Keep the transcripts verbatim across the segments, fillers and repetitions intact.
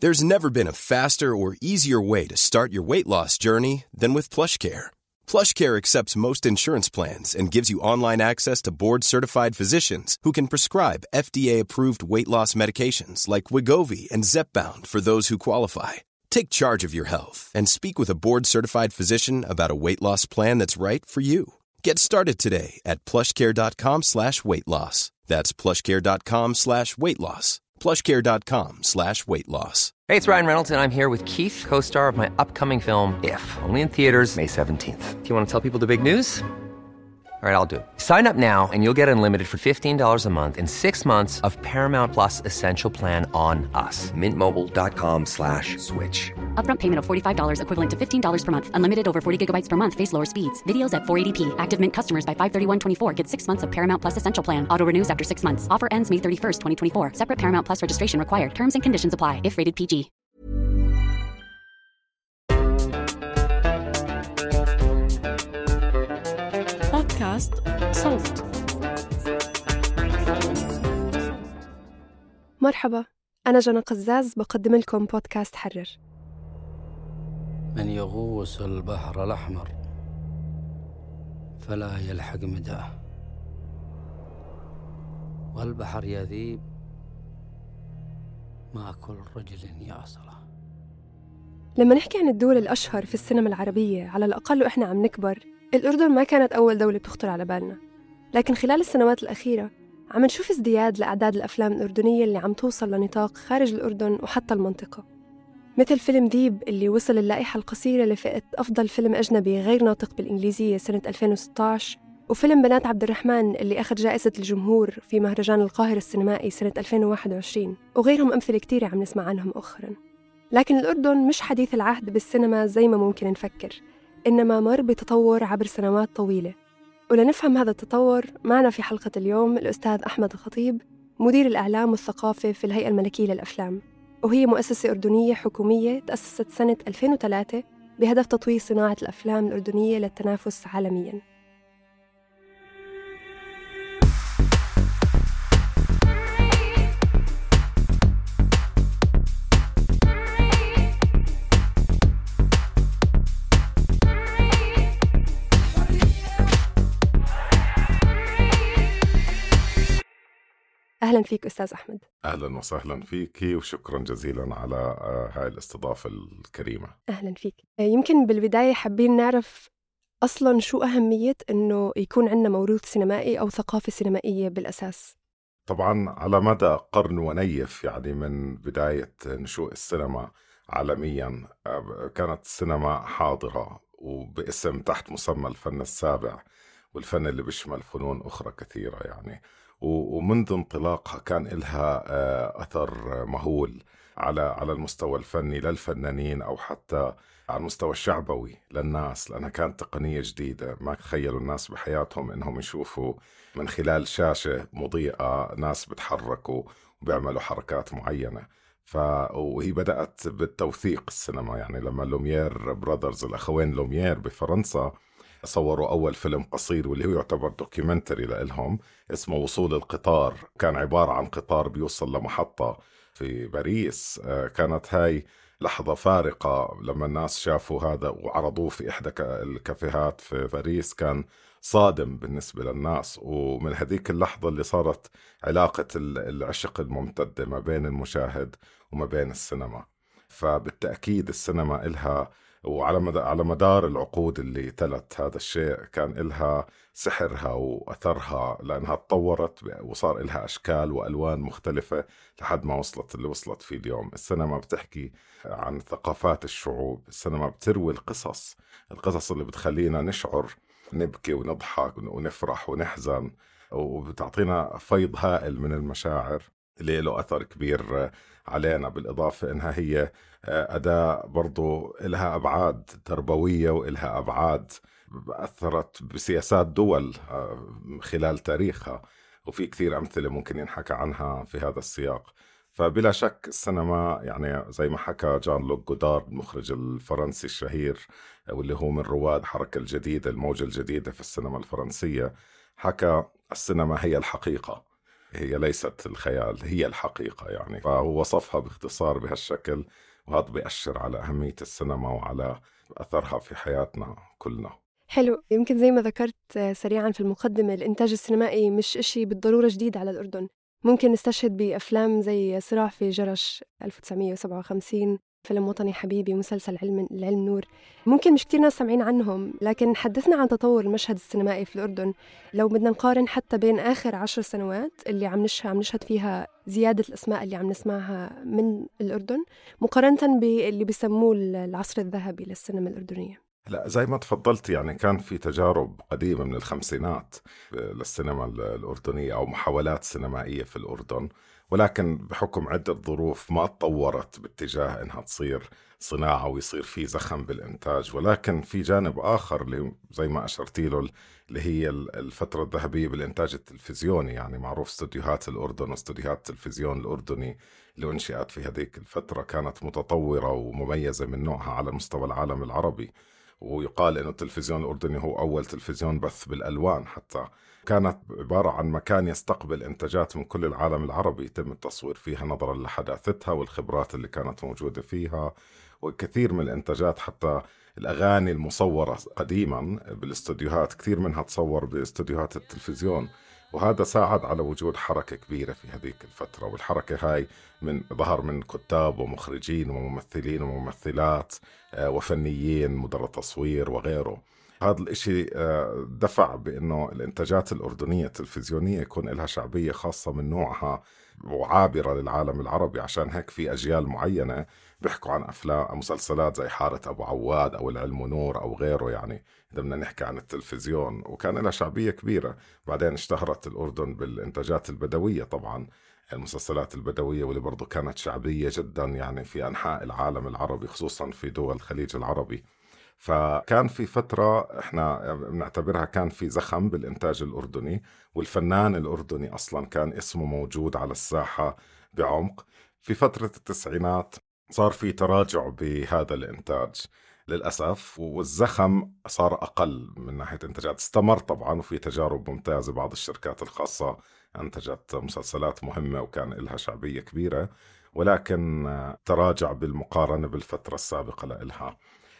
There's never been a faster or easier way to start your weight loss journey than with PlushCare. PlushCare accepts most insurance plans and gives you online access to board-certified physicians who can prescribe F D A-approved weight loss medications like Wegovy and Zepbound for those who qualify. Take charge of your health and speak with a board-certified physician about a weight loss plan that's right for you. Get started today at plushcare.com slash weight loss. That's plushcare.com slash weight loss. plushcare.com slash weight loss. Hey, it's Ryan Reynolds, and I'm here with Keith, co-star of my upcoming film, If, only in theaters May seventeenth. Do you want to tell people the big news? All right, I'll do it. Sign up now and you'll get unlimited for fifteen dollars a month and six months of Paramount Plus Essential Plan on us. Mintmobile.com slash switch. Upfront payment of forty-five dollars equivalent to fifteen dollars per month. Unlimited over forty gigabytes per month. Face lower speeds. Videos at four eighty p. Active Mint customers by five thirty-one twenty-four get six months of Paramount Plus Essential Plan. Auto renews after six months. Offer ends May thirty-first, twenty twenty-four. Separate Paramount Plus registration required. Terms and conditions apply if rated P G. بودكاست صوت. مرحبا، أنا جنى قزاز بقدم لكم بودكاست حرر. من يغوص البحر الأحمر فلا يلحق مداه، والبحر يذيب مع كل رجل يعصره. لما نحكي عن الدول الأشهر في السينما العربية على الأقل وإحنا عم نكبر، الأردن ما كانت أول دولة بتخطر على بالنا. لكن خلال السنوات الأخيرة عم نشوف ازدياد لأعداد الأفلام الأردنية اللي عم توصل لنطاق خارج الأردن وحتى المنطقة، مثل فيلم ذيب اللي وصل اللائحة القصيرة لفئة أفضل فيلم أجنبي غير ناطق بالإنجليزية سنة ألفين وستة عشر، وفيلم بنات عبد الرحمن اللي أخذ جائزة الجمهور في مهرجان القاهرة السينمائي سنة ألفين وواحد وعشرين، وغيرهم أمثلة كتيرة عم نسمع عنهم مؤخراً. لكن الأردن مش حديث العهد بالسينما زي ما ممكن نفكر، إنما مر بتطور عبر سنوات طويلة. ولنفهم هذا التطور معنا في حلقة اليوم الأستاذ أحمد الخطيب، مدير الإعلام والثقافة في الهيئة الملكية للأفلام، وهي مؤسسة أردنية حكومية تأسست سنة ألفين وثلاثة بهدف تطوير صناعة الأفلام الأردنية للتنافس عالمياً. أهلاً فيك أستاذ أحمد. أهلاً وسهلاً فيك وشكراً جزيلاً على هاي الاستضافة الكريمة. أهلاً فيك. يمكن بالبداية حابين نعرف أصلاً شو أهمية أنه يكون عندنا موروث سينمائي أو ثقافة سينمائية بالأساس؟ طبعاً على مدى قرن ونيف، يعني من بداية نشوء السينما عالمياً كانت السينما حاضرة وباسم تحت مسمى الفن السابع، والفن اللي بيشمل فنون أخرى كثيرة يعني. ومنذ انطلاقها كان لها أثر مهول على على المستوى الفني للفنانين أو حتى على المستوى الشعبوي للناس، لأنها كانت تقنية جديدة ما تخيلوا الناس بحياتهم إنهم يشوفوا من خلال شاشة مضيئة ناس بتحركوا وبيعملوا حركات معينة. ف وهي بدأت بالتوثيق السينما، يعني لما لوميير برادرز الأخوين لوميير بفرنسا صوروا أول فيلم قصير واللي هو يعتبر دوكيومنتري لإلهم اسمه وصول القطار، كان عبارة عن قطار بيوصل لمحطة في باريس. كانت هاي لحظة فارقة لما الناس شافوا هذا وعرضوه في إحدى الكافيهات في باريس، كان صادم بالنسبة للناس. ومن هذيك اللحظة اللي صارت علاقة العشق الممتدة ما بين المشاهد وما بين السينما. فبالتأكيد السينما إلها، وعلى مدى على مدار العقود اللي تلت هذا الشيء كان إلها سحرها وأثرها، لأنها تطورت وصار إلها أشكال وألوان مختلفة لحد ما وصلت اللي وصلت فيه اليوم. السينما بتحكي عن ثقافات الشعوب، السينما بتروي القصص القصص اللي بتخلينا نشعر، نبكي ونضحك ونفرح ونحزن، وبتعطينا فيض هائل من المشاعر اللي له أثر كبير علينا. بالإضافة إنها هي أداة برضو إلها أبعاد تربوية وإلها أبعاد أثرت بسياسات دول خلال تاريخها، وفي كثير أمثلة ممكن ينحكى عنها في هذا السياق. فبلا شك السينما يعني زي ما حكى جان لوك جودارد المخرج الفرنسي الشهير واللي هو من رواد حركة الجديدة الموجة الجديدة في السينما الفرنسية، حكى السينما هي الحقيقة. هي ليست الخيال، هي الحقيقة يعني. فهو وصفها باختصار بهالشكل، وهذا بيأشر على أهمية السينما وعلى أثرها في حياتنا كلنا. حلو. يمكن زي ما ذكرت سريعاً في المقدمة، الإنتاج السينمائي مش إشي بالضرورة جديد على الأردن. ممكن نستشهد بأفلام زي صراع في جرش ألف وتسعمية وسبعة وخمسين، فيلم وطني حبيبي، مسلسل علم العلم نور. ممكن مش كتير ناس سامعين عنهم، لكن حدثنا عن تطور المشهد السينمائي في الأردن. لو بدنا نقارن حتى بين آخر عشر سنوات اللي عم نشهد عم نشهد فيها زيادة الأسماء اللي عم نسمعها من الأردن، مقارنة باللي بيسموه العصر الذهبي للسينما الأردنية. لا، زي ما تفضلت يعني كان في تجارب قديمة من الخمسينات للسينما الأردنية أو محاولات سينمائية في الأردن، ولكن بحكم عدة ظروف ما تطورت باتجاه إنها تصير صناعة ويصير في زخم بالإنتاج. ولكن في جانب آخر اللي زي ما أشرت له، اللي هي الفترة الذهبية بالإنتاج التلفزيوني. يعني معروف استوديوهات الأردن واستوديوهات التلفزيون الأردني اللي أنشئت في هذيك الفترة كانت متطورة ومميزة من نوعها على مستوى العالم العربي. ويقال إنه التلفزيون الأردني هو أول تلفزيون بث بالألوان، حتى كانت عبارة عن مكان يستقبل إنتاجات من كل العالم العربي يتم التصوير فيها نظرا لحداثتها والخبرات اللي كانت موجودة فيها. وكثير من الإنتاجات، حتى الأغاني المصورة قديما بالاستوديوهات، كثير منها تصور باستوديوهات التلفزيون. وهذا ساعد على وجود حركة كبيرة في هذيك الفترة. والحركة هاي من ظهر من كتاب ومخرجين وممثلين وممثلات وفنيين مدراء تصوير وغيره. هذا الاشي دفع بأنه الإنتاجات الأردنية التلفزيونية يكون لها شعبية خاصة من نوعها وعابرة للعالم العربي. عشان هيك في أجيال معينة بيحكوا عن أفلام مسلسلات زي حارة أبو عواد أو العلم نور أو غيره، يعني إذا بدنا نحكي عن التلفزيون، وكان لها شعبية كبيرة. بعدين اشتهرت الأردن بالإنتاجات البدوية، طبعا المسلسلات البدوية، واللي برضو كانت شعبية جدا يعني في أنحاء العالم العربي، خصوصا في دول الخليج العربي. فكان في فترة احنا بنعتبرها كان في زخم بالإنتاج الأردني، والفنان الأردني أصلا كان اسمه موجود على الساحة بعمق. في فترة التسعينات صار في تراجع بهذا الإنتاج للأسف، والزخم صار أقل من ناحية إنتاجات. استمر طبعا وفي تجارب ممتازة، بعض الشركات الخاصة أنتجت مسلسلات مهمة وكان لها شعبية كبيرة، ولكن تراجع بالمقارنة بالفترة السابقة لإلها.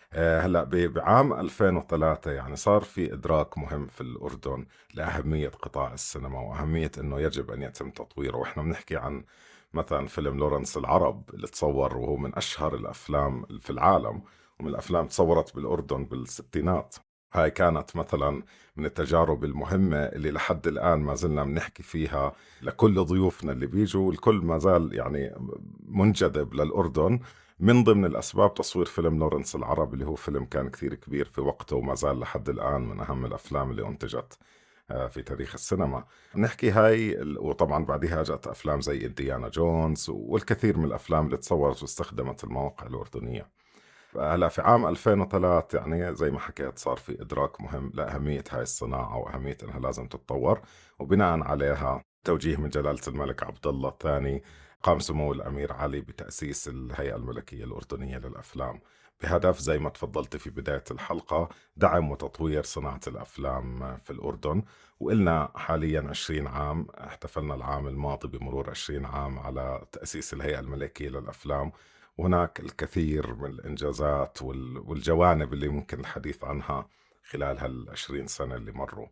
هلأ بعام ألفين وثلاثة يعني صار في إدراك مهم في الأردن لأهمية قطاع السينما وأهمية أنه يجب أن يتم تطويره. وإحنا بنحكي عن مثلا فيلم لورنس العرب اللي تصور وهو من أشهر الأفلام في العالم، ومن الأفلام تصورت بالأردن بالستينات. هاي كانت مثلا من التجارب المهمة اللي لحد الآن ما زلنا بنحكي فيها لكل ضيوفنا اللي بيجوا. الكل ما زال يعني منجذب للأردن. من ضمن الأسباب تصوير فيلم لورنس العرب اللي هو فيلم كان كثير كبير في وقته وما زال لحد الآن من أهم الأفلام اللي أنتجت في تاريخ السينما. نحكي هاي، وطبعا بعدها جاءت أفلام زي إنديانا جونز والكثير من الأفلام اللي تصورت واستخدمت المواقع الأردنية. هلا في عام ألفين وثلاثة يعني زي ما حكيت صار في إدراك مهم لأهمية هاي الصناعة وأهمية أنها لازم تتطور، وبناء عليها توجيه من جلالة الملك عبد الله الثاني قام سمو الأمير علي بتأسيس الهيئة الملكية الأردنية للأفلام، بهدف زي ما تفضلت في بداية الحلقة دعم وتطوير صناعة الأفلام في الأردن. وإلنا حاليا عشرين عام، احتفلنا العام الماضي بمرور عشرين عام على تأسيس الهيئة الملكية للأفلام. وهناك الكثير من الإنجازات والجوانب اللي ممكن الحديث عنها خلال هالعشرين سنة اللي مروا.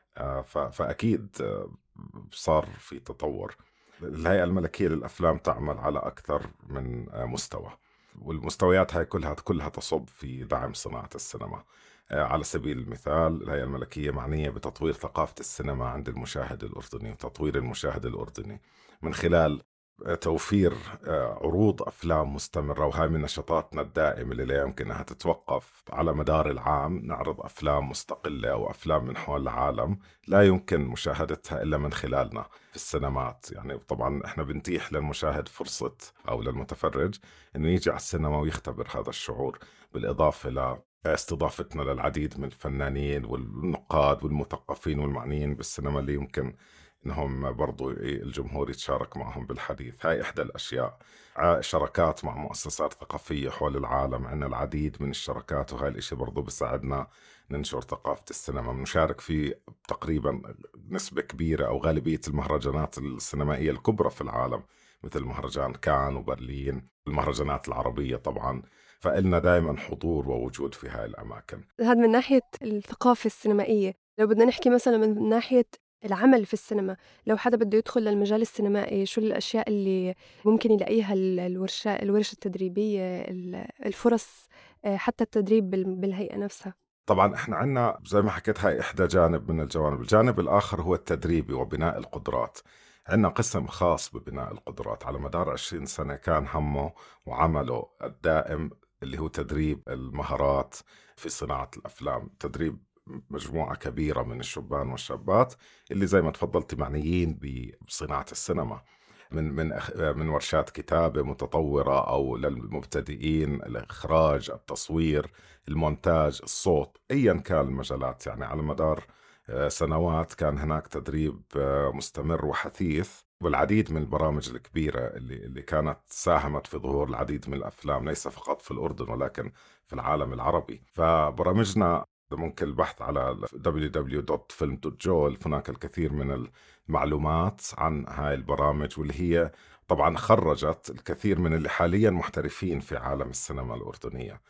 فأكيد صار في تطور. الهيئة الملكية للأفلام تعمل على أكثر من مستوى، والمستويات هاي كلها كلها تصب في دعم صناعة السينما. على سبيل المثال الهيئة الملكية معنية بتطوير ثقافة السينما عند المشاهد الأردني وتطوير المشاهد الأردني من خلال توفير عروض أفلام مستمرة، وهاي من نشاطاتنا الدائمة اللي لا يمكن أنها تتوقف. على مدار العام نعرض أفلام مستقلة أو أفلام من حول العالم لا يمكن مشاهدتها إلا من خلالنا في السينمات. يعني طبعا إحنا بنتيح للمشاهد فرصة أو للمتفرج إنه يجي على السينما ويختبر هذا الشعور، بالإضافة ل استضافتنا للعديد من الفنانين والنقاد والمثقفين والمعنيين بالسينما اللي يمكن إنهم برضو الجمهور يتشارك معهم بالحديث. هاي إحدى الأشياء. شراكات مع مؤسسات ثقافية حول العالم، عندنا العديد من الشراكات، وهاي الإشي برضو بساعدنا ننشر ثقافة السينما. بنشارك في تقريبا نسبة كبيرة أو غالبية المهرجانات السينمائية الكبرى في العالم، مثل مهرجان كان وبرلين، المهرجانات العربية طبعا. فإلنا دائما حضور ووجود في هاي الأماكن. هذا من ناحية الثقافة السينمائية. لو بدنا نحكي مثلا من ناحية العمل في السينما، لو حدا بده يدخل للمجال السينمائي، شو الأشياء اللي ممكن يلاقيها؟ الورشة الورشة التدريبية، الفرص، حتى التدريب بالهيئة نفسها. طبعا احنا عنا زي ما حكيت هاي إحدى جانب من الجوانب. الجانب الآخر هو التدريبي وبناء القدرات. عنا قسم خاص ببناء القدرات على مدار عشرين سنة، كان همه وعمله الدائم اللي هو تدريب المهارات في صناعة الأفلام، تدريب مجموعة كبيرة من الشبان والشابات اللي زي ما تفضلت معنيين بصناعة السينما، من من من ورشات كتابة متطورة أو للمبتدئين، الإخراج، التصوير، المونتاج، الصوت، أيا كان المجالات. يعني على مدار سنوات كان هناك تدريب مستمر وحثيث، والعديد من البرامج الكبيرة اللي اللي كانت ساهمت في ظهور العديد من الأفلام ليس فقط في الأردن ولكن في العالم العربي. فبرامجنا ممكن البحث على دبليو دبليو دبليو دوت فيلم دوت جو، هناك الكثير من المعلومات عن هاي البرامج، واللي هي طبعا خرجت الكثير من اللي حاليا محترفين في عالم السينما الأردنية.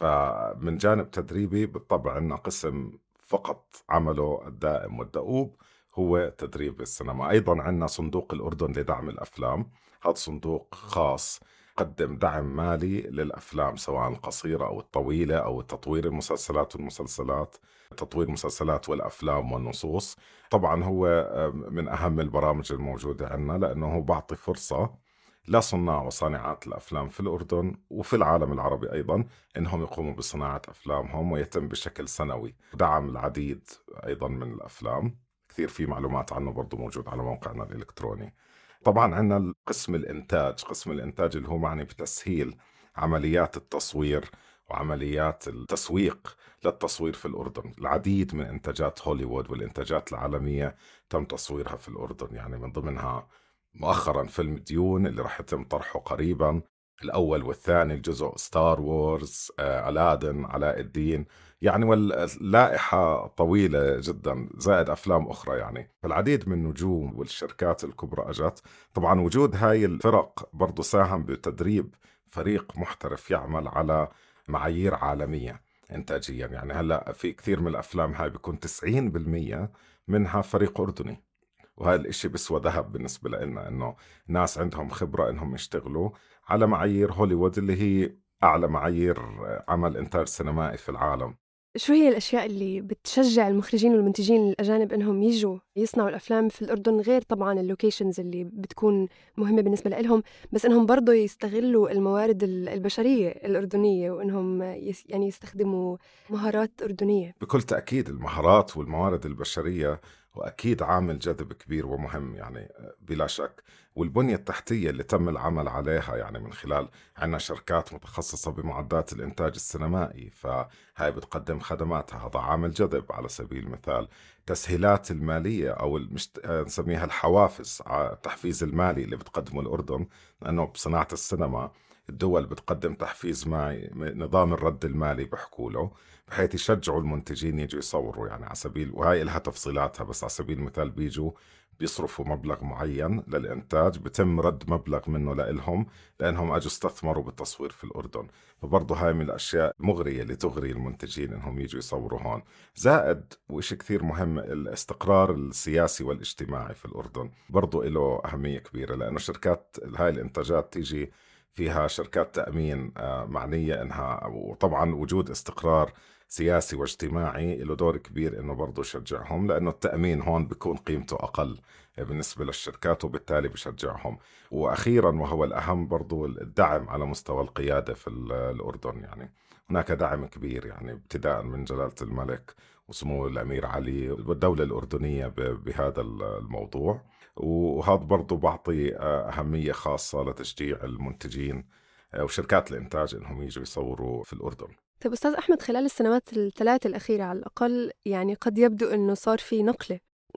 فمن جانب تدريبي بالطبع عندنا قسم فقط عمله الدائم والدؤوب هو تدريب السينما. أيضا عندنا صندوق الأردن لدعم الأفلام. هذا صندوق خاص قدم دعم مالي للأفلام سواء القصيرة أو الطويلة، أو تطوير المسلسلات والمسلسلات تطوير المسلسلات والأفلام والنصوص. طبعا هو من أهم البرامج الموجودة عندنا، لأنه هو بعطي فرصة لصناع وصانعات الأفلام في الأردن وفي العالم العربي أيضا إنهم يقوموا بصناعة أفلامهم، ويتم بشكل سنوي دعم العديد أيضا من الأفلام. كثير في معلومات عنه برضو موجود على موقعنا الإلكتروني. طبعا عندنا قسم الإنتاج. قسم الإنتاج اللي هو معني بتسهيل عمليات التصوير وعمليات التسويق للتصوير في الأردن. العديد من إنتاجات هوليوود والإنتاجات العالمية تم تصويرها في الأردن، يعني من ضمنها مؤخرا فيلم ديون اللي راح يتم طرحه قريبا، الأول والثاني الجزء، ستار وورز، آه، ألادن، علاء الدين، يعني واللائحة طويلة جدا، زائد أفلام أخرى. يعني العديد من النجوم والشركات الكبرى أجت. طبعا وجود هاي الفرق برضو ساهم بتدريب فريق محترف يعمل على معايير عالمية إنتاجيا. يعني هلأ في كثير من الأفلام هاي بيكون تسعين بالمية منها فريق أردني، وهذا الاشي بسوى ذهب بالنسبة لنا، انه ناس عندهم خبرة انهم يشتغلوا على معايير هوليوود اللي هي اعلى معايير عمل انتاج سينمائي في العالم. شو هي الأشياء اللي بتشجع المخرجين والمنتجين الأجانب إنهم يجوا يصنعوا الأفلام في الأردن، غير طبعاً اللوكيشنز اللي بتكون مهمة بالنسبة لهم، بس إنهم برضو يستغلوا الموارد البشرية الأردنية، وإنهم يعني يستخدموا مهارات أردنية؟ بكل تأكيد المهارات والموارد البشرية وأكيد عامل جذب كبير ومهم، يعني بلا شك. والبنية التحتية اللي تم العمل عليها، يعني من خلال عنا شركات متخصصة بمعدات الإنتاج السينمائي، فهاي بتقدم خدماتها، هذا عامل جذب. على سبيل المثال تسهيلات المالية أو المشت... نسميها الحوافز، التحفيز المالي اللي بتقدمه الأردن، لأنه بصناعة السينما الدول بتقدم تحفيز معي، نظام الرد المالي بحكوا له، بحيث يشجعوا المنتجين يجوا يصوروا. يعني على سبيل، وهي لها تفصيلاتها، بس على سبيل المثال بيجوا بيصرفوا مبلغ معين للإنتاج، بتم رد مبلغ منه لإلهم لأنهم أجوا استثمروا بالتصوير في الأردن. فبرضه هاي من الأشياء المغرية اللي تغري المنتجين إنهم يجوا يصوروا هون. زائد وإشي كثير مهم، الاستقرار السياسي والاجتماعي في الأردن برضه له أهمية كبيرة، لأنه شركات هاي الإنتاجات تيجي فيها شركات تأمين معنية إنها، وطبعا وجود استقرار سياسي واجتماعي له دور كبير إنه برضو يشجعهم، لأنه التأمين هون بيكون قيمته أقل بالنسبة للشركات، وبالتالي بشجعهم. وأخيرا وهو الأهم برضو الدعم على مستوى القيادة في الأردن. يعني هناك دعم كبير، يعني ابتداء من جلالة الملك وسمو الأمير علي والدولة الأردنية بهذا الموضوع، وهذا برضو بعطي أهمية خاصة لتشجيع المنتجين وشركات الإنتاج إنهم يجوا يصوروا في الأردن. طيب أستاذ أحمد، خلال السنوات الثلاث الأخيرة على الأقل، يعني قد يبدو أنه صار في نقلة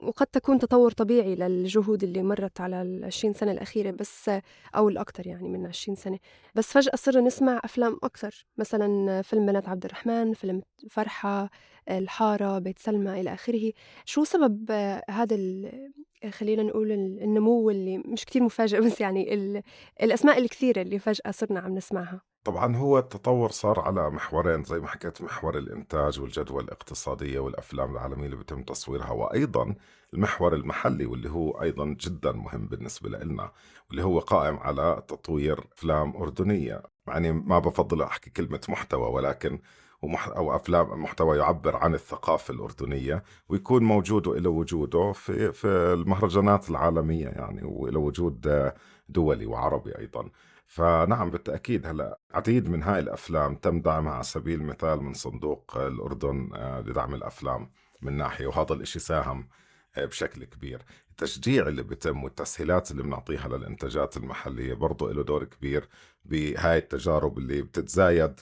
وقد تكون تطور طبيعي للجهود اللي مرت على العشرين سنة الأخيرة بس، أو الأكثر يعني من عشرين سنة. بس فجأة صرنا نسمع أفلام أكثر، مثلا فيلم بنات عبد الرحمن، فيلم فرحة، الحارة، بيت سلمى إلى آخره. شو سبب هذا ال خلينا نقول النمو اللي مش كتير مفاجئ، بس يعني ال... الأسماء الكثيرة اللي فجأة صرنا عم نسمعها؟ طبعا هو التطور صار على محورين زي ما حكيت، محور الإنتاج والجدوى الاقتصادية والأفلام العالمية اللي بيتم تصويرها، وأيضا المحور المحلي واللي هو أيضا جدا مهم بالنسبة لنا، واللي هو قائم على تطوير أفلام أردنية. يعني ما بفضل أحكي كلمة محتوى، ولكن ومح أو أفلام محتوى يعبر عن الثقافة الأردنية، ويكون موجود وإلى وجوده في في المهرجانات العالمية يعني، وإلى وجود دولي وعربي أيضا. فنعم بالتأكيد هلا عديد من هاي الأفلام تم دعمها على سبيل المثال من صندوق الأردن لدعم الأفلام من ناحية، وهذا الإشي ساهم بشكل كبير. التشجيع اللي بيتم والتسهيلات اللي بنعطيها للإنتاجات المحلية برضو له دور كبير بهاي التجارب اللي بتتزايد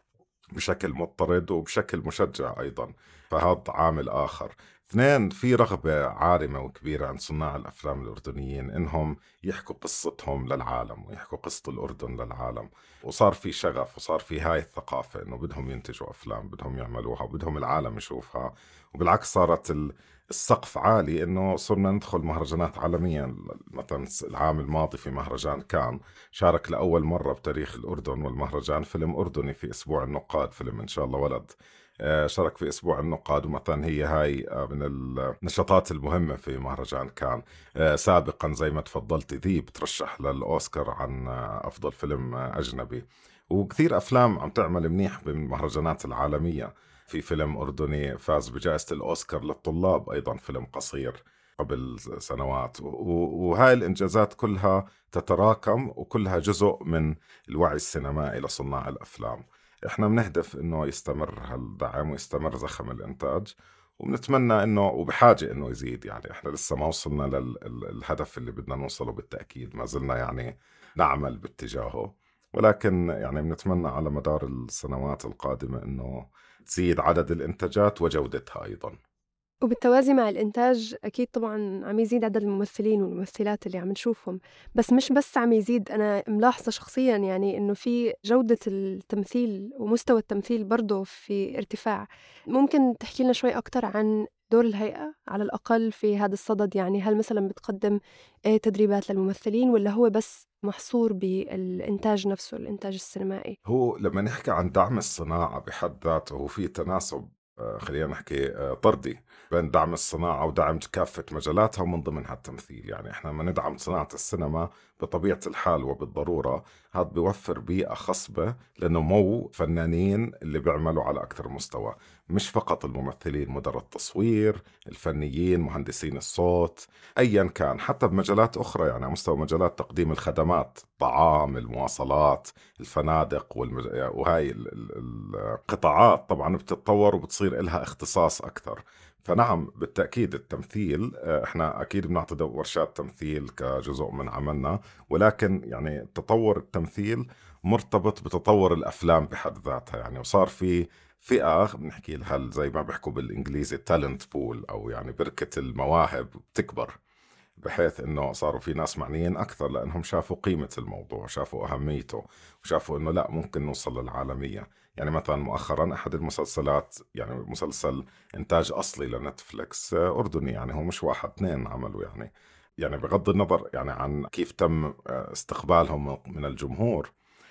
بشكل مضطرد وبشكل مشجع أيضا، فهذا عامل آخر. اثنين، في رغبة عارمة وكبيرة عند صناع الأفلام الأردنيين إنهم يحكوا قصتهم للعالم ويحكوا قصة الأردن للعالم، وصار في شغف وصار في هاي الثقافة إنه بدهم ينتجوا أفلام، بدهم يعملوها وبدهم العالم يشوفها. وبالعكس صارت السقف عالي إنه صرنا ندخل مهرجانات عالمية. مثلا العام الماضي في مهرجان كان شارك لأول مرة بتاريخ الأردن والمهرجان فيلم أردني في أسبوع النقاد، فيلم إن شاء الله ولد شارك في أسبوع النقاد. ومثلا هي هاي من النشاطات المهمة في مهرجان كان. سابقا زي ما تفضلت ذي بترشح للأوسكار عن أفضل فيلم أجنبي، وكثير أفلام عم تعمل منيح بالمهرجانات العالمية. في فيلم أردني فاز بجائزة الأوسكار للطلاب أيضا، فيلم قصير قبل سنوات. وهاي الإنجازات كلها تتراكم وكلها جزء من الوعي السينمائي لصناع الأفلام. إحنا بنهدف إنه يستمر هالدعم ويستمر زخم الإنتاج، وبنتمنى إنه وبحاجة إنه يزيد. يعني إحنا لسه ما وصلنا للهدف اللي بدنا نوصله بالتأكيد، ما زلنا يعني نعمل باتجاهه، ولكن يعني بنتمنى على مدار السنوات القادمة إنه تزيد عدد الإنتاجات وجودتها أيضاً. وبالتوازي مع الإنتاج أكيد طبعاً عم يزيد عدد الممثلين والممثلات اللي عم نشوفهم، بس مش بس عم يزيد. أنا ملاحظة شخصياً يعني إنه في جودة التمثيل ومستوى التمثيل برضو في ارتفاع. ممكن تحكي لنا شوي أكتر عن دور الهيئة على الأقل في هذا الصدد؟ يعني هل مثلاً بتقدم تدريبات للممثلين ولا هو بس محصور بالإنتاج نفسه، الإنتاج السينمائي؟ هو لما نحكي عن دعم الصناعة بحد ذاته هو في تناسب، خلينا نحكي طردي، بين دعم الصناعة ودعم كافة مجالاتها ومن ضمنها التمثيل. يعني إحنا ما ندعم صناعة السينما بطبيعة الحال وبالضرورة، هذا بيوفر بيئة خصبة لنمو فنانين اللي بيعملوا على أكثر مستوى، مش فقط الممثلين، مدراء التصوير، الفنيين، مهندسين الصوت، أيا كان، حتى بمجالات أخرى يعني مستوى مجالات تقديم الخدمات، طعام، المواصلات، الفنادق والمج... وهاي القطاعات طبعا بتتطور وبتصير لها اختصاص أكثر. فنعم بالتأكيد التمثيل، احنا أكيد بنعطي ورشات تمثيل كجزء من عملنا، ولكن يعني تطور التمثيل مرتبط بتطور الأفلام بحد ذاتها. يعني وصار في فئة بنحكي لها زي ما بيحكوا بالإنجليزي talent pool، أو يعني بركة المواهب بتكبر، بحيث إنه صاروا في ناس معنيين أكثر لأنهم شافوا قيمة الموضوع، شافوا أهميته، وشافوا إنه لا ممكن نوصل للعالمية. يعني مثلا مؤخرا أحد المسلسلات، يعني مسلسل إنتاج أصلي لنتفليكس أردني، يعني هو مش واحد اثنين عملوا، يعني يعني بغض النظر يعني عن كيف تم استقبالهم من الجمهور،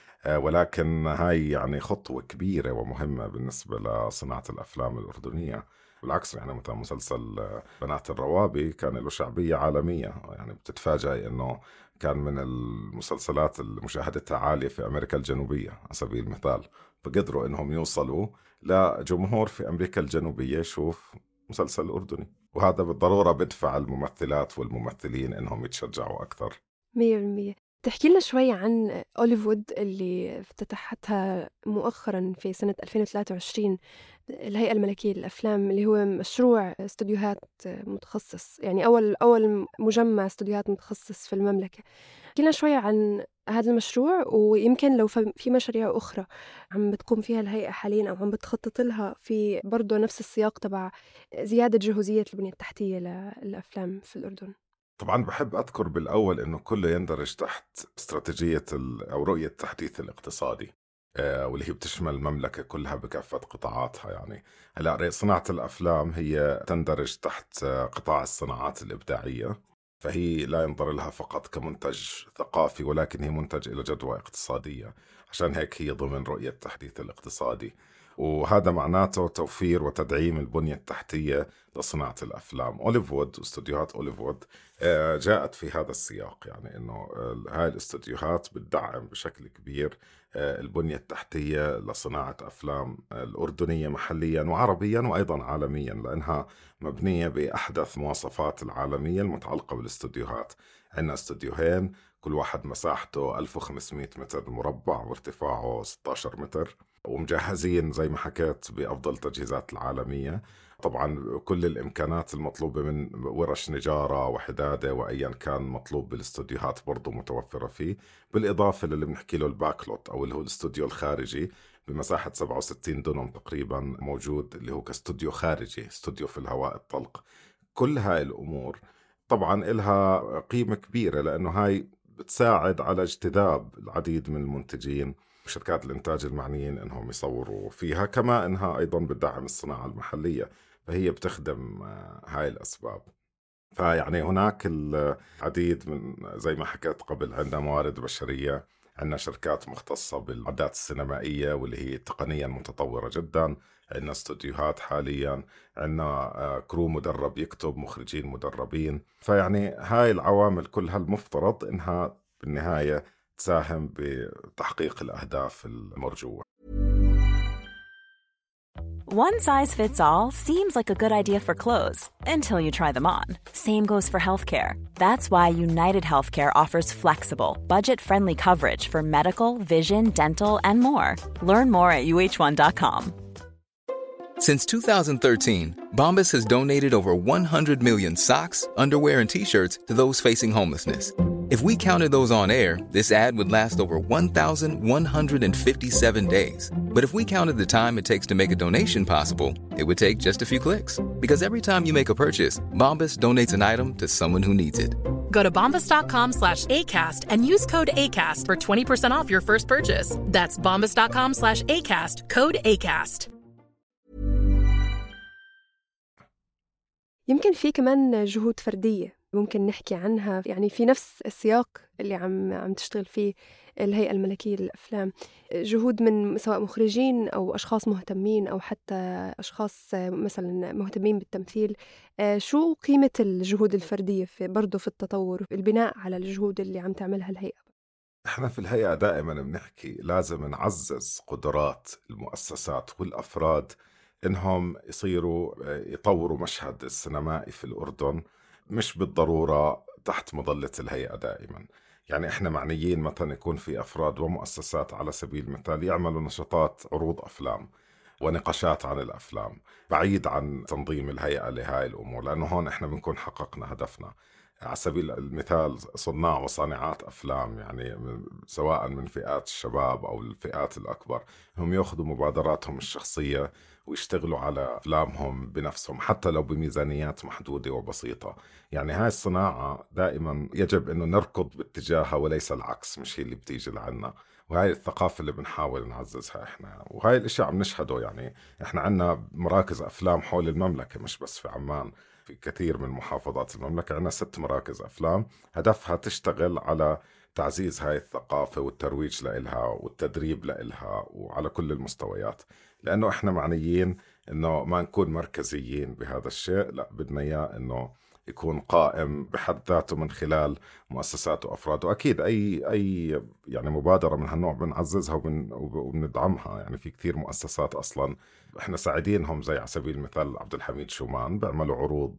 ولكن هاي يعني خطوة كبيرة ومهمة بالنسبة لصناعة الأفلام الأردنية. بالعكس يعني مثلا مسلسل بنات الروابي كان له شعبية عالمية، يعني بتتفاجئ إنه كان من المسلسلات اللي مشاهدتها عالية في أمريكا الجنوبية على سبيل المثال، فقدروا إنهم يوصلوا لجمهور في أمريكا الجنوبية يشوف مسلسل أردني، وهذا بالضرورة بدفع الممثلات والممثلين إنهم يتشجعوا أكثر. مية بالمية. تحكي لنا شوي عن أوليفود اللي افتتحتها مؤخرا في سنة ألفين وثلاثة وعشرين، الهيئة الملكية للأفلام، اللي هو مشروع استوديوهات متخصص، يعني أول أول مجمع استوديوهات متخصص في المملكة. حكينا شوية عن هذا المشروع، ويمكن لو في مشاريع أخرى عم بتقوم فيها الهيئة حاليا أو عم بتخطط لها في برضو نفس السياق تبع زيادة جهوزية البنية التحتية للأفلام في الأردن. طبعا بحب أذكر بالأول أنه كله يندرج تحت استراتيجية أو رؤية التحديث الاقتصادي، واللي هي بتشمل المملكة كلها بكافة قطاعاتها. يعني هلا صناعة الأفلام هي تندرج تحت قطاع الصناعات الإبداعية، فهي لا ينظر لها فقط كمنتج ثقافي، ولكن هي منتج إلى جدوى اقتصادية. عشان هيك هي ضمن رؤية التحديث الاقتصادي، وهذا معناته توفير وتدعيم البنية التحتية لصناعة الأفلام. أوليفوود واستوديوهات أوليفوود جاءت في هذا السياق، يعني إنه هاي الاستوديوهات بتدعم بشكل كبير البنية التحتية لصناعة أفلام الأردنية محليا وعربيا وأيضا عالميا، لأنها مبنية بأحدث مواصفات العالمية المتعلقة بالاستوديوهات. عندنا استوديوهين كل واحد مساحته ألف وخمسمائة متر مربع وارتفاعه ستة عشر متر، ومجهزين زي ما حكيت بأفضل تجهيزات العالمية. طبعا كل الإمكانات المطلوبة من ورش نجارة وحدادة وأيا كان مطلوب بالاستوديوهات برضو متوفرة فيه، بالإضافة للي بنحكي له الباكلوت أو اللي هو الاستوديو الخارجي بمساحة سبعة وستين دونم تقريبا موجود، اللي هو كاستوديو خارجي، استوديو في الهواء الطلق. كل هاي الأمور طبعا إلها قيمة كبيرة، لأنه هاي بتساعد على اجتذاب العديد من المنتجين وشركات الإنتاج المعنيين إنهم يصوروا فيها، كما إنها أيضا بتدعم الصناعة المحلية، فهي بتخدم هاي الأسباب. فيعني هناك العديد من زي ما حكيت قبل، عندنا موارد بشرية، عندنا شركات مختصة بالعدات السينمائية واللي هي تقنيا متطورة جدا، عندنا استوديوهات حاليا، عندنا كرو مدرب يكتب، مخرجين مدربين. فيعني هاي العوامل كلها المفترض إنها بالنهاية تساهم بتحقيق الأهداف المرجوة. One size fits all seems like a good idea for clothes until you try them on. Same goes for healthcare. That's why United Healthcare offers flexible, budget-friendly coverage for medical, vision, dental, and more. Learn more at U H one dot com. Since two thousand thirteen, Bombas has donated over one hundred million socks, underwear, and T-shirts to those facing homelessness. If we counted those on air, this ad would last over one thousand one hundred fifty-seven days. But if we counted the time it takes to make a donation possible, it would take just a few clicks. Because every time you make a purchase, Bombas donates an item to someone who needs it. Go to bombas.com slash ACAST and use code ACAST for twenty percent off your first purchase. That's bombas.com slash ACAST, code ACAST. يمكن في كمان جهود فردية ممكن نحكي عنها، يعني في نفس السياق اللي عم عم تشتغل فيه الهيئة الملكية للأفلام، جهود من سواء مخرجين أو أشخاص مهتمين أو حتى أشخاص مثلا مهتمين بالتمثيل. شو قيمة الجهود الفردية في برضو في التطور، البناء على الجهود اللي عم تعملها الهيئة؟ احنا في الهيئة دائما بنحكي لازم نعزز قدرات المؤسسات والأفراد إنهم يصيروا يطوروا مشهد السينمائي في الأردن، مش بالضرورة تحت مظلة الهيئة دائما. يعني إحنا معنيين مثلا يكون في أفراد ومؤسسات على سبيل المثال يعملوا نشاطات عروض أفلام ونقاشات عن الأفلام بعيد عن تنظيم الهيئة لهاي الأمور، لأنه هون إحنا بنكون حققنا هدفنا. على سبيل المثال صناع وصانعات أفلام، يعني سواء من فئات الشباب أو الفئات الأكبر، هم يأخذوا مبادراتهم الشخصية ويشتغلوا على أفلامهم بنفسهم حتى لو بميزانيات محدودة وبسيطة. يعني هاي الصناعة دائما يجب أنه نركض باتجاهها وليس العكس، مش هي اللي بتيجي لعنا. وهاي الثقافة اللي بنحاول نعززها إحنا، وهاي الاشياء عم نشهده. يعني إحنا عنا مراكز أفلام حول المملكة، مش بس في عمان، في كثير من محافظات المملكة عنا ست مراكز أفلام هدفها تشتغل على تعزيز هاي الثقافة والترويج لإلها والتدريب لإلها وعلى كل المستويات. لأنه إحنا معنيين إنه ما نكون مركزيين بهذا الشيء، لا بدنا إياه إنه يكون قائم بحد ذاته من خلال مؤسسات وأفراد. وأكيد أي أي يعني مبادرة من هالنوع بنعززها وبن وبندعمها. يعني في كثير مؤسسات أصلاً إحنا ساعدينهم، زي على سبيل المثال عبد الحميد شومان بيعملوا عروض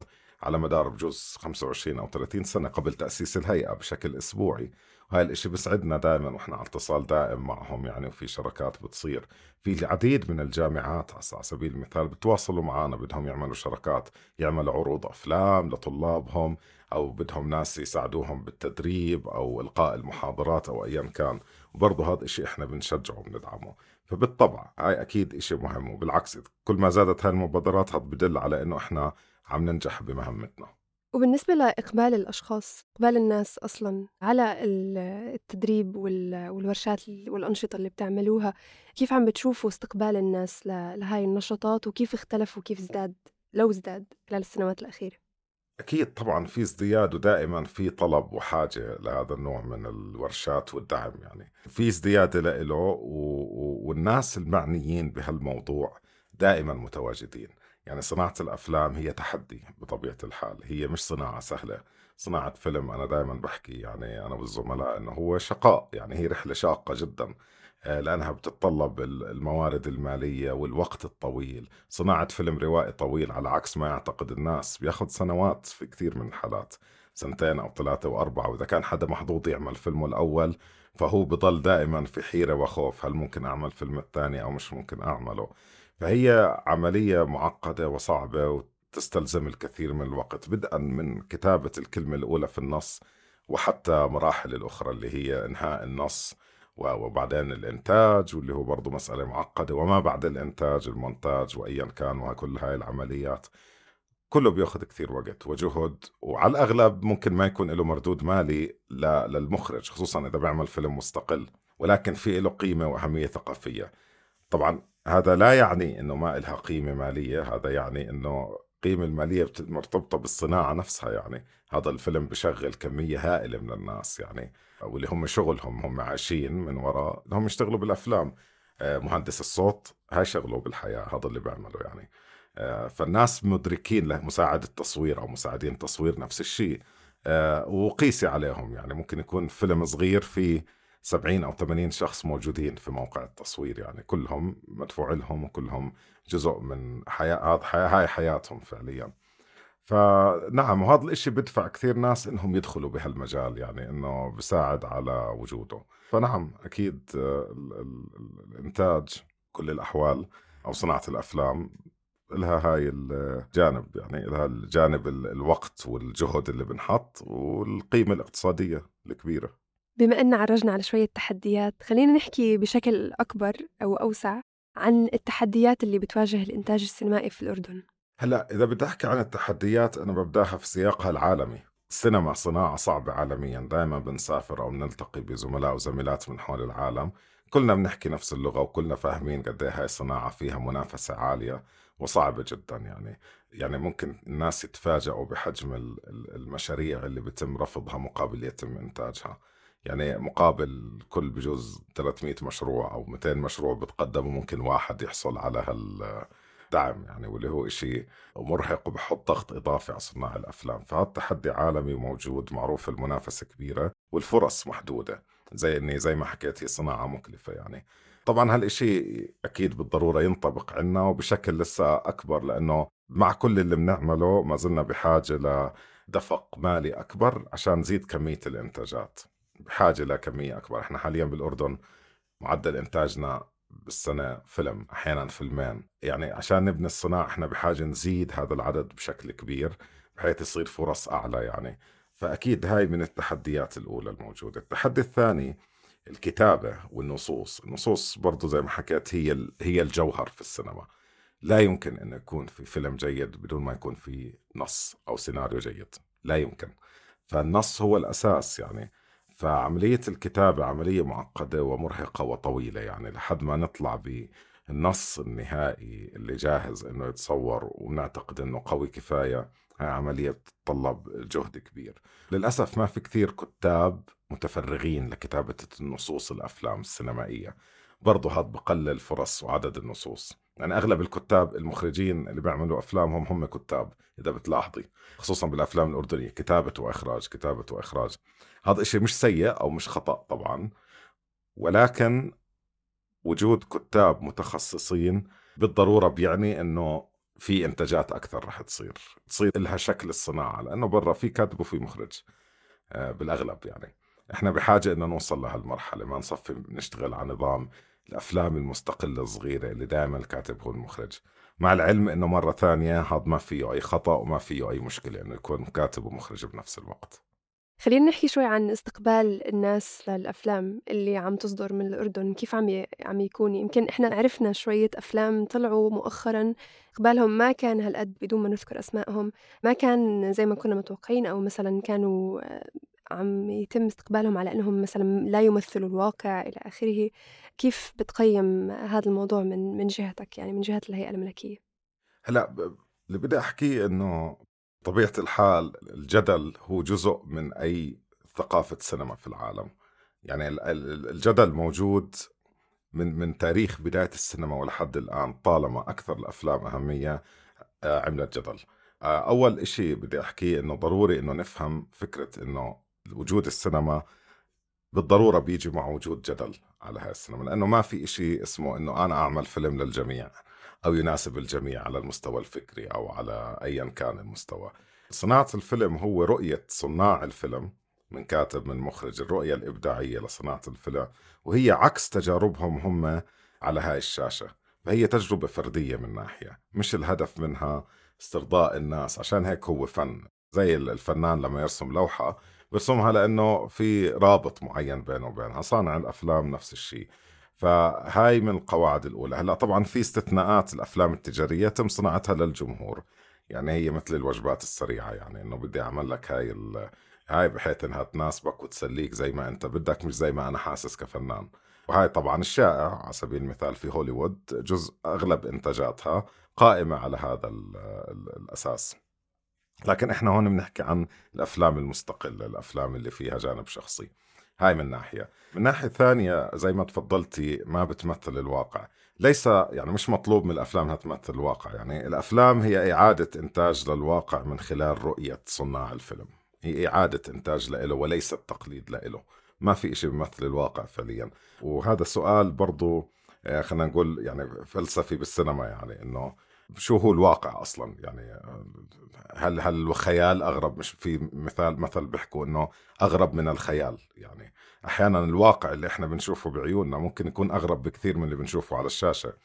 على مدار بجوز خمسة وعشرين أو ثلاثين سنة قبل تأسيس الهيئة بشكل أسبوعي. وهاي الاشي بسعدنا دائما وإحنا على اتصال دائم معهم يعني، وفي شراكات بتصير في العديد من الجامعات على سبيل المثال بتواصلوا معنا، بدهم يعملوا شراكات، يعملوا عروض أفلام لطلابهم، أو بدهم ناس يساعدوهم بالتدريب أو إلقاء المحاضرات أو أيا كان. وبرضه هذا إشي إحنا بنشجعه وبندعمه. فبالطبع هاي أكيد إشي مهم، وبالعكس كل ما زادت هاي المبادرات هذا بدل على إنه إحنا عم ننجح بمهمتنا. وبالنسبة لإقبال الأشخاص، إقبال الناس أصلاً على التدريب والورشات والأنشطة اللي بتعملوها، كيف عم بتشوفوا استقبال الناس لهاي النشاطات، وكيف اختلف وكيف ازداد لو ازداد خلال السنوات الأخيرة؟ أكيد طبعا في ازدياد، ودائما في طلب وحاجة لهذا النوع من الورشات والدعم. يعني في ازدياد له، والناس المعنيين بهالموضوع دائما متواجدين. يعني صناعة الأفلام هي تحدي بطبيعة الحال، هي مش صناعة سهلة. صناعة فيلم أنا دائما بحكي يعني أنا والزملاء أنه هو شقاء، يعني هي رحلة شاقة جدا، لأنها بتتطلب الموارد المالية والوقت الطويل. صناعة فيلم روائي طويل على عكس ما يعتقد الناس، بياخد سنوات في كثير من الحالات، سنتين أو ثلاثة وأربعة. وإذا كان حدا محظوظ يعمل فيلمه الأول فهو بضل دائما في حيرة وخوف، هل ممكن أعمل فيلم الثاني أو مش ممكن أعمله. فهي عملية معقدة وصعبة وتستلزم الكثير من الوقت، بدءا من كتابة الكلمة الأولى في النص، وحتى مراحل الأخرى اللي هي إنهاء النص، وبعدين الإنتاج، واللي هو برضو مسألة معقدة، وما بعد الإنتاج المونتاج وأيا كان. وكل هاي العمليات كله بيأخذ كثير وقت وجهد، وعلى الأغلب ممكن ما يكون له مردود مالي للمخرج، خصوصا إذا بيعمل فيلم مستقل، ولكن في له قيمة وأهمية ثقافية. طبعا هذا لا يعني إنه ما إلها قيمة مالية، هذا يعني إنه قيمة المالية مرتبطة بالصناعة نفسها. يعني هذا الفيلم بشغل كمية هائلة من الناس، يعني واللي هم شغلهم هم عايشين من وراء انهم يشتغلوا بالافلام. مهندس الصوت هاي شغله بالحياة، هذا اللي بيعمله يعني. فالناس مدركين له، مساعد التصوير او مساعدين التصوير نفس الشيء، وقيسي عليهم. يعني ممكن يكون فيلم صغير فيه سبعين أو ثمانين شخص موجودين في موقع التصوير، يعني كلهم مدفوع لهم وكلهم جزء من حياة، هاي حياتهم فعليا. فنعم، وهذا الاشي بدفع كثير ناس انهم يدخلوا بهالمجال، يعني انه بساعد على وجوده. فنعم اكيد الانتاج كل الاحوال او صناعة الافلام لها هاي الجانب، يعني لها الجانب الوقت والجهد اللي بنحط والقيمة الاقتصادية الكبيرة. بما أن عرجنا على شوية تحديات، خلينا نحكي بشكل أكبر أو أوسع عن التحديات اللي بتواجه الإنتاج السينمائي في الأردن. هلا إذا بدي أحكي عن التحديات أنا ببداها في سياقها العالمي. السينما صناعة صعبة عالميا، دائما بنسافر أو بنلتقي بزملاء وزميلات من حول العالم، كلنا بنحكي نفس اللغة وكلنا فاهمين قد ايه هاي الصناعة فيها منافسة عالية وصعبة جدا. يعني يعني ممكن الناس يتفاجئوا بحجم المشاريع اللي بيتم رفضها مقابل يتم إنتاجها. يعني مقابل كل بجوز ثلاثمئة مشروع أو مئتين مشروع بتقدم، وممكن واحد يحصل على هال دعم، يعني واللي هو إشي مرهق وبحط ضغط إضافي على صناع الأفلام. فهذا تحدي عالمي موجود، معروف المنافسة كبيرة والفرص محدودة، زي إني زي ما حكيت هي صناعة مكلفة. يعني طبعا هالإشي أكيد بالضرورة ينطبق عنا وبشكل لسه أكبر، لأنه مع كل اللي بنعمله ما زلنا بحاجة لدفق مالي أكبر عشان نزيد كمية الإنتاجات، بحاجة لكمية أكبر. إحنا حاليا بالأردن معدل إنتاجنا بالسنة فيلم، أحيانا فيلمين. يعني عشان نبني الصناعة إحنا بحاجة نزيد هذا العدد بشكل كبير بحيث يصير فرص أعلى يعني. فأكيد هاي من التحديات الأولى الموجودة. التحدي الثاني الكتابة والنصوص. النصوص برضو زي ما حكيت هي هي الجوهر في السينما. لا يمكن أن يكون في فيلم جيد بدون ما يكون في نص أو سيناريو جيد، لا يمكن. فالنص هو الأساس يعني. فعملية الكتابة عملية معقدة ومرهقة وطويلة، يعني لحد ما نطلع بالنص النهائي اللي جاهز إنه يتصور ونعتقد إنه قوي كفاية، هاي عملية بتتطلب جهد كبير. للأسف ما في كثير كتاب متفرغين لكتابة النصوص الأفلام السينمائية، برضو هذا بقلل فرص وعدد النصوص. يعني أغلب الكتاب المخرجين اللي بيعملوا أفلامهم هم كتاب، إذا بتلاحظي خصوصا بالأفلام الأردنية، كتابة وإخراج كتابة وإخراج. هذا إشي مش سيء أو مش خطأ طبعا، ولكن وجود كتاب متخصصين بالضرورة بيعني أنه في إنتاجات أكثر رح تصير تصير لها شكل الصناعة، لأنه برا في كاتب وفي مخرج بالأغلب. يعني إحنا بحاجة إن نوصل لهالمرحلة، ما نصفي نشتغل على نظام الأفلام المستقلة الصغيرة اللي دائما الكاتب هو المخرج، مع العلم إنه مرة ثانية هذا ما فيه أي خطأ وما فيه أي مشكلة إنه يكون كاتب ومخرج بنفس الوقت. خلينا نحكي شوي عن استقبال الناس للأفلام اللي عم تصدر من الأردن، كيف عم ي... عم يكون. يمكن إحنا عرفنا شوية أفلام طلعوا مؤخراً إقبالهم ما كان هالقد، بدون ما نذكر أسمائهم، ما كان زي ما كنا متوقعين، أو مثلاً كانوا عم يتم استقبالهم على أنهم مثلاً لا يمثلوا الواقع إلى آخره. كيف بتقيم هذا الموضوع من من جهتك، يعني من جهة الهيئة الملكية؟ هلا اللي بدي أحكيه إنه طبيعة الحال الجدل هو جزء من أي ثقافة سينما في العالم. يعني الجدل موجود من من تاريخ بداية السينما ولحد الآن، طالما أكثر الأفلام أهمية عملت جدل. أول إشي بدي أحكيه إنه ضروري إنه نفهم فكرة إنه وجود السينما بالضرورة بيجي مع وجود جدل على هاي السينما، لأنه ما في إشي اسمه إنه أنا أعمل فيلم للجميع أو يناسب الجميع على المستوى الفكري أو على أيا كان المستوى. صناعة الفيلم هو رؤية صناع الفيلم، من كاتب من مخرج، الرؤية الإبداعية لصناعة الفيلم، وهي عكس تجاربهم هم على هاي الشاشة. فهي تجربة فردية من ناحية، مش الهدف منها استرضاء الناس. عشان هيك هو فن، زي الفنان لما يرسم لوحة برسمها لأنه في رابط معين بينه وبينها. صانع الأفلام نفس الشيء. فهاي من القواعد الأولى. هلأ طبعا في استثناءات، الأفلام التجارية تم صناعتها للجمهور، يعني هي مثل الوجبات السريعة، يعني إنه بدي أعمل لك هاي ال... هاي بحيث إنها تناسبك وتسليك زي ما أنت بدك، مش زي ما أنا حاسس كفنان. وهاي طبعا الشائع. على سبيل المثال في هوليوود جزء أغلب إنتاجاتها قائمة على هذا ال... ال... الأساس. لكن إحنا هون بنحكي عن الأفلام المستقلة، الأفلام اللي فيها جانب شخصي. هاي من ناحية. من ناحية ثانية زي ما تفضلتي ما بتمثل الواقع. ليس يعني مش مطلوب من الأفلام أنها تمثل الواقع، يعني الأفلام هي إعادة إنتاج للواقع من خلال رؤية صناع الفيلم، هي إعادة إنتاج لإله وليس التقليد لإله. ما في إشي بيمثل الواقع فعليا. وهذا سؤال برضو خلينا نقول يعني فلسفي بالسينما، يعني إنه شو هو الواقع أصلا؟ يعني هل هل الخيال أغرب؟ مش في مثال مثل بيحكوا إنه أغرب من الخيال. يعني أحيانا الواقع اللي إحنا بنشوفه بعيوننا ممكن يكون أغرب بكثير من اللي بنشوفه على الشاشة.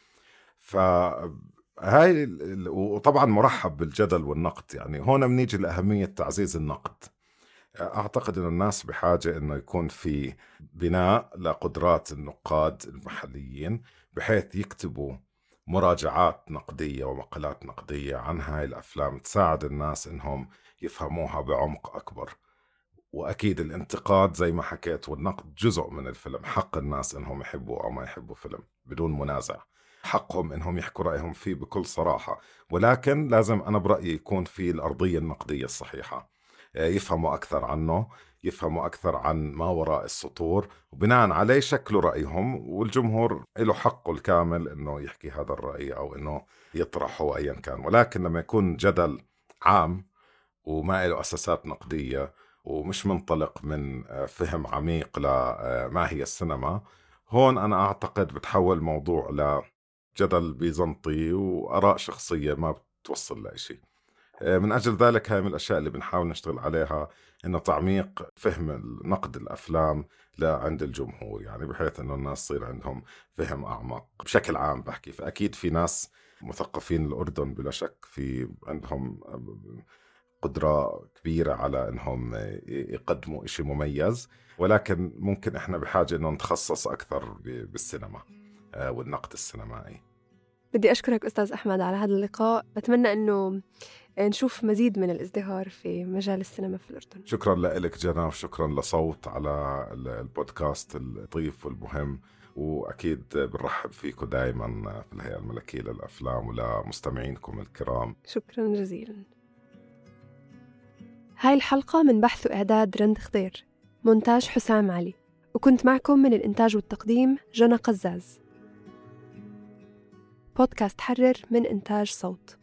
فهاي وطبعا مرحب بالجدل والنقد. يعني هون بنيجي لأهمية تعزيز النقد. أعتقد إن الناس بحاجة إنه يكون في بناء لقدرات النقاد المحليين، بحيث يكتبوا مراجعات نقدية ومقالات نقدية عن هاي الأفلام تساعد الناس إنهم يفهموها بعمق أكبر. وأكيد الانتقاد زي ما حكيت والنقد جزء من الفيلم. حق الناس إنهم يحبوا أو ما يحبوا فيلم بدون منازع، حقهم إنهم يحكوا رأيهم فيه بكل صراحة، ولكن لازم أنا برأيي يكون في الأرضية النقدية الصحيحة، يفهموا أكثر عنه، يفهموا أكثر عن ما وراء السطور، وبناء عليه شكلوا رأيهم. والجمهور له حقه الكامل إنه يحكي هذا الرأي أو إنه يطرحه أيا كان. ولكن لما يكون جدل عام وما له أساسات نقدية ومش منطلق من فهم عميق لما هي السينما، هون أنا أعتقد بتحول موضوع لجدل بيزنطي وآراء شخصية ما بتوصل لأشي. من أجل ذلك هاي من الأشياء اللي بنحاول نشتغل عليها، إنه تعميق فهم نقد الأفلام لعند الجمهور، يعني بحيث إنه الناس يصير عندهم فهم أعمق بشكل عام. بحكي فأكيد في ناس مثقفين الأردن بلا شك في عندهم قدرة كبيرة على إنهم يقدموا إشي مميز، ولكن ممكن إحنا بحاجة إنه نتخصص أكثر بالسينما والنقد السينمائي. بدي أشكرك أستاذ أحمد على هذا اللقاء. بتمنى أنه نشوف مزيد من الازدهار في مجال السينما في الأردن. شكرا لك جنى، وشكرا لصوت على البودكاست اللطيف والمهم، وأكيد بنرحب فيكم دائما في الهيئة الملكية للأفلام ولمستمعينكم الكرام. شكرا جزيلا. هاي الحلقة من بحث وإعداد رند خضير، مونتاج حسام علي، وكنت معكم من الإنتاج والتقديم جنى قزاز. بودكاست حرر من إنتاج صوت.